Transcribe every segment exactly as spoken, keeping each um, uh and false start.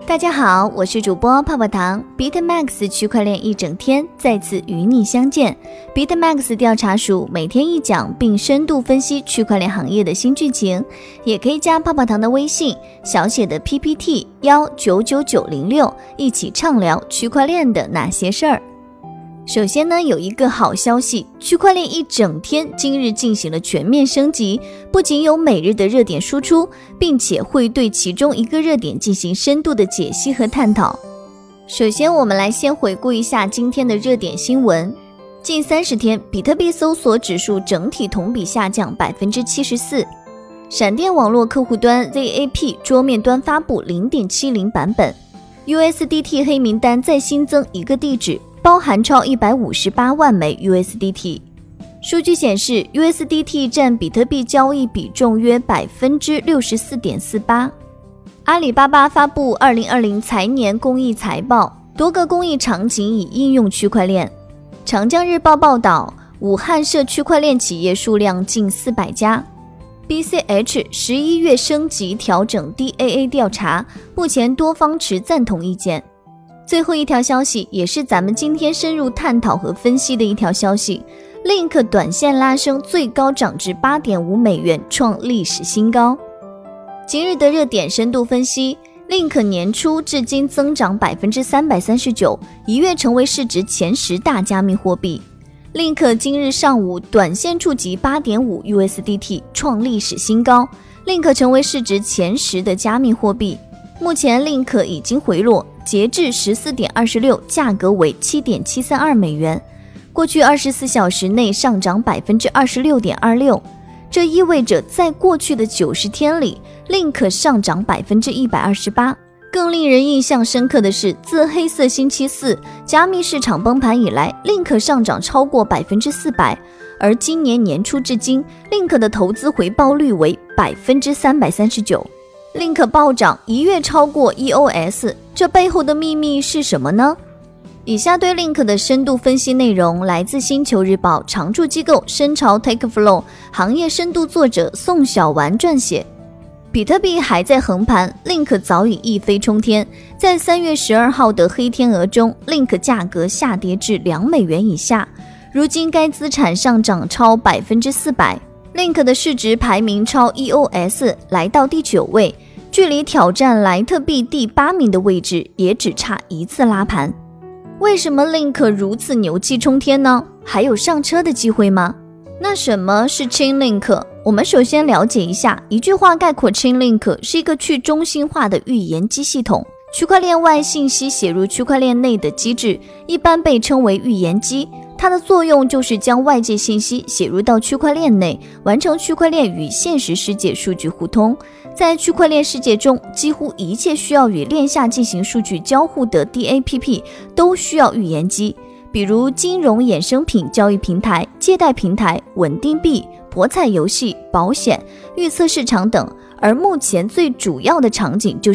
大家好，我是主播泡泡糖。 BitMax 区块链一整天再次与你相见。 BitMax 调查署每天一讲，并深度分析区块链行业的新剧情，也可以加泡泡糖的微信小写的 P P T 一九九九零六，一起畅聊区块链的那些事儿。首先呢，有一个好消息，区块链一整天今日进行了全面升级，不仅有每日的热点输出，并且会对其中一个热点进行深度的解析和探讨。首先我们来先回顾一下今天的热点新闻。近三十天，比特币搜索指数整体同比下降 百分之七十四。 闪电网络客户端 Z A P 桌面端发布 零点七零 版本。 U S D T 黑名单再新增一个地址，包含超一百五十八万枚 U S D T。 数据显示 U S D T 占比特币交易比重约 百分之六十四点四八。 阿里巴巴发布二零二零财年公益财报，多个公益场景已应用区块链。长江日报报道，武汉设区块链企业数量近四百家。 B C H 十一月升级调整 D A A 调查，目前多方持赞同意见。最后一条消息，也是咱们今天深入探讨和分析的一条消息， Link 短线拉升最高涨至 八点五美元，创历史新高。今日的热点深度分析， Link 年初至今增长 百分之三百三十九， 一跃成为市值前十大加密货币。 Link 今日上午短线触及 八点五 U S D T， 创历史新高， Link 成为市值前十的加密货币。目前 Link 已经回落，截至 十四点二六， 价格为 七点七三二美元，过去二十四小时内上涨 百分之二十六点二六。 这意味着在过去的九十天里 Link 上涨 百分之一百二十八。 更令人印象深刻的是，自黑色星期四加密市场崩盘以来， Link 上涨超过 百分之四百， 而今年年初至今 Link 的投资回报率为 百分之三百三十九。 Link 暴涨一跃超过 E O S， 这背后的秘密是什么呢？以下对 Link 的深度分析内容来自星球日报常驻机构深潮 TakeFlow 行业深度作者宋小丸撰写。比特币还在横盘， Link 早已一飞冲天。在三月十二号的黑天鹅中， Link 价格下跌至两美元以下，如今该资产上涨超 百分之四百。 Link 的市值排名超 E O S， 来到第九位，距离挑战莱特币第八名的位置也只差一次拉盘。为什么 Link 如此牛气冲天呢？还有上车的机会吗？那什么是 Chainlink？ 我们首先了解一下，一句话概括 Chainlink 是一个去中心化的预言机系统。区块链外信息写入区块链内的机制一般被称为预言机，它的作用就是将外界信息写入到区块链内，完成区块链与现实世界数据互通。在区块链世界中，几乎一切需要与链下进行数据交互的 D A P P 都需要预言机，比如金融衍生品交易平台、借贷平台、稳定币、博彩游戏、保险、预测市场等，而目前最主要的场景就是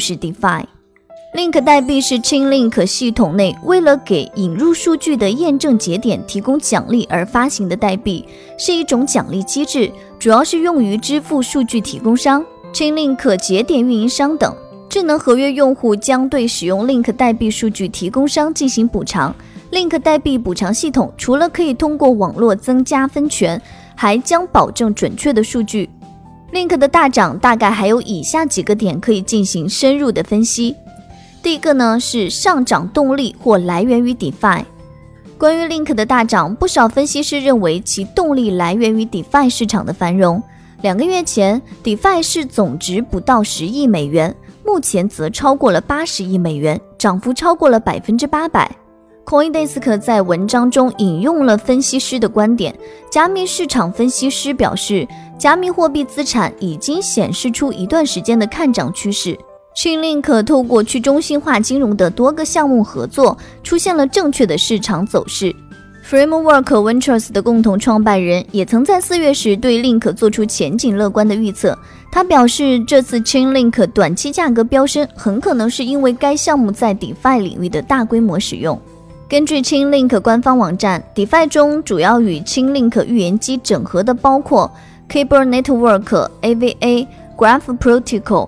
DeFi。Link 代币是 Chainlink 系统内为了给引入数据的验证节点提供奖励而发行的代币，是一种奖励机制，主要是用于支付数据提供商、Chainlink 节点运营商等。智能合约用户将对使用 Link 代币数据提供商进行补偿。Link 代币补偿系统除了可以通过网络增加分权，还将保证准确的数据。Link 的大涨大概还有以下几个点可以进行深入的分析。第一个呢，是上涨动力或来源于 DeFi。 关于 Link 的大涨，不少分析师认为其动力来源于 DeFi 市场的繁荣。两个月前 DeFi 市总值不到十亿美元，目前则超过了八十亿美元，涨幅超过了 百分之八百。CoinDesk 在文章中引用了分析师的观点，加密市场分析师表示，加密货币资产已经显示出一段时间的看涨趋势。Chainlink 透过去中心化金融的多个项目合作，出现了正确的市场走势。Framework Ventures 的共同创办人也曾在四月时对 Link 做出前景乐观的预测。他表示，这次 Chainlink 短期价格飙升，很可能是因为该项目在 DeFi 领域的大规模使用。根据 Chainlink 官方网站， DeFi 中主要与 Chainlink 预言机整合的包括 Kyber Network A V A、Graph Protocol、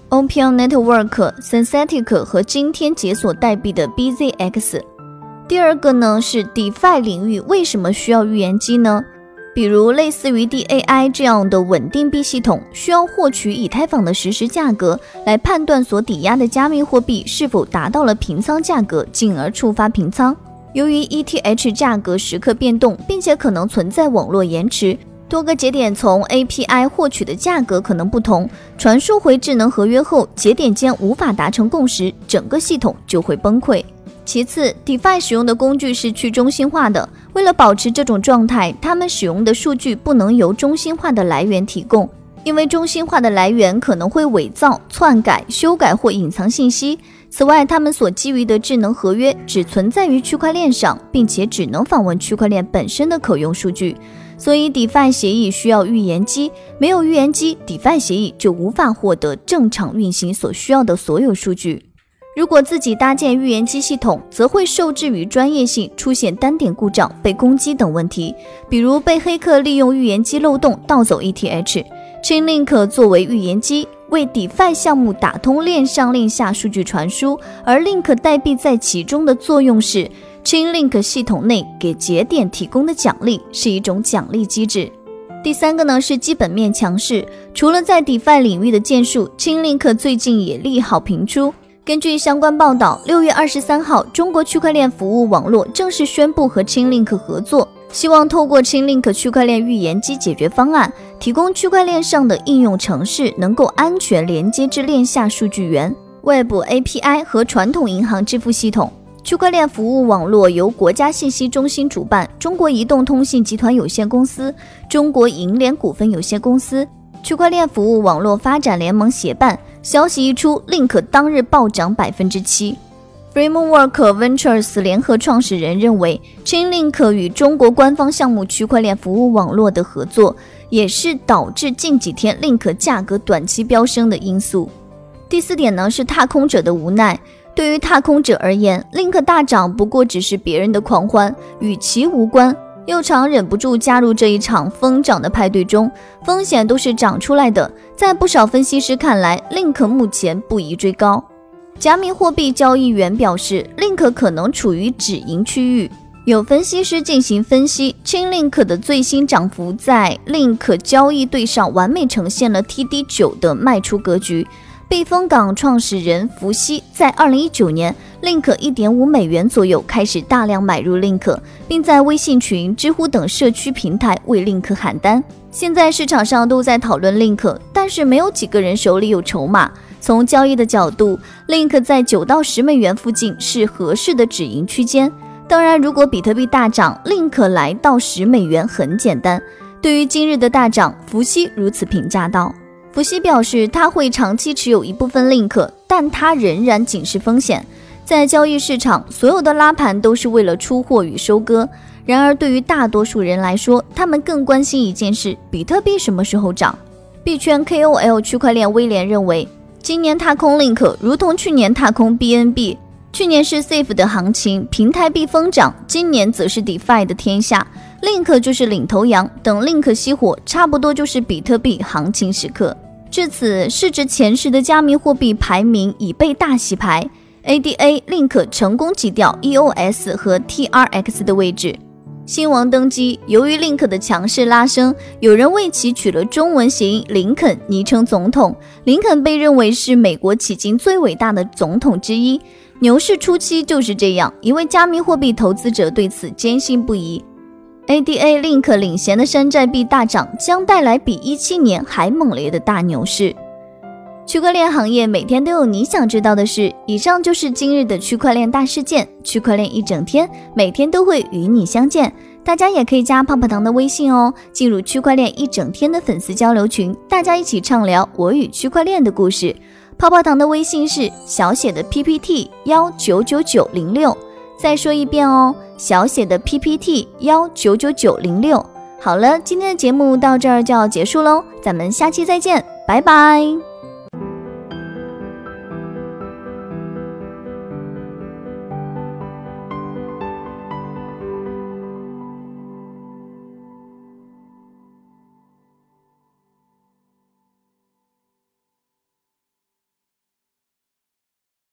Opium Network、Synthetic 和今天解锁代币的 B Z X。 第二个呢是 DeFi 领域为什么需要预言机呢？比如类似于 D A I 这样的稳定币系统，需要获取以太坊的实时价格来判断所抵押的加密货币是否达到了平仓价格，进而触发平仓。由于 E T H 价格时刻变动，并且可能存在网络延迟，多个节点从 A P I 获取的价格可能不同，传输回智能合约后，节点间无法达成共识，整个系统就会崩溃。其次 DeFi 使用的工具是去中心化的，为了保持这种状态，他们使用的数据不能由中心化的来源提供，因为中心化的来源可能会伪造、篡改、修改或隐藏信息。此外，他们所基于的智能合约只存在于区块链上，并且只能访问区块链本身的可用数据。所以 DeFi 协议需要预言机，没有预言机 DeFi 协议就无法获得正常运行所需要的所有数据。如果自己搭建预言机系统，则会受制于专业性，出现单点故障、被攻击等问题，比如被黑客利用预言机漏洞盗走 E T H。Chainlink 作为预言机，为 DeFi 项目打通链上链下数据传输，而 Link 代币在其中的作用是 Chainlink 系统内给节点提供的奖励，是一种奖励机制。第三个呢是基本面强势，除了在 DeFi 领域的建树， Chainlink 最近也利好频出。根据相关报道，六月二十三号，中国区块链服务网络正式宣布和 Chainlink 合作，希望透过 Chainlink 区块链预言机解决方案，提供区块链上的应用程式能够安全连接至链下数据源、Web A P I 和传统银行支付系统。区块链服务网络由国家信息中心主办，中国移动通信集团有限公司、中国银联股份有限公司、区块链服务网络发展联盟协办。消息一出 ，Link 当日暴涨 百分之七。Framework Ventures 联合创始人认为 ，Chainlink 与中国官方项目区块链服务网络的合作，也是导致近几天 Link 价格短期飙升的因素。第四点呢是踏空者的无奈。对于踏空者而言 ，Link 大涨不过只是别人的狂欢，与其无关。又常忍不住加入这一场疯涨的派对中，风险都是涨出来的。在不少分析师看来 ，Link 目前不宜追高。加密货币交易员表示 ，Link 可能处于止盈区域。有分析师进行分析 ，Chainlink 的最新涨幅在 Link 交易对上完美呈现了 T D 九 的卖出格局。避风港创始人伏羲在二零一九年 Link 一点五美元左右开始大量买入 Link， 并在微信群、知乎等社区平台为 Link 喊单。现在市场上都在讨论 Link， 但是没有几个人手里有筹码。从交易的角度 ，Link 在九到十美元附近是合适的止盈区间。当然，如果比特币大涨 ，Link 来到十美元很简单。对于今日的大涨，伏羲如此评价道。伏羲表示，他会长期持有一部分 Link， 但他仍然警示风险。在交易市场，所有的拉盘都是为了出货与收割。然而，对于大多数人来说，他们更关心一件事：比特币什么时候涨？币圈 K O L 区块链威廉认为，今年踏空 Link 如同去年踏空 B N B。去年是 Safe 的行情，平台币疯涨，今年则是 DeFi 的天下。Link 就是领头羊，等 Link 熄火，差不多就是比特币行情时刻。至此，市值前十的加密货币排名已被大洗牌 ，A D A Link 成功挤掉 E O S 和 T R X 的位置。新王登基，由于 Link 的强势拉升，有人为其取了中文谐音林肯，昵称总统。林肯被认为是美国迄今最伟大的总统之一。牛市初期就是这样，一位加密货币投资者对此坚信不疑。A D A Link 领衔的山寨币大涨，将带来比一七年还猛烈的大牛市。区块链行业每天都有你想知道的事。以上就是今日的区块链大事件，区块链一整天，每天都会与你相见。大家也可以加泡泡糖的微信哦，进入区块链一整天的粉丝交流群，大家一起畅聊我与区块链的故事。泡泡糖的微信是小写的 P P T 一九九九零六，再说一遍哦，小写的 P P T 一九九九零六。好了，今天的节目到这儿就要结束喽，咱们下期再见，拜拜。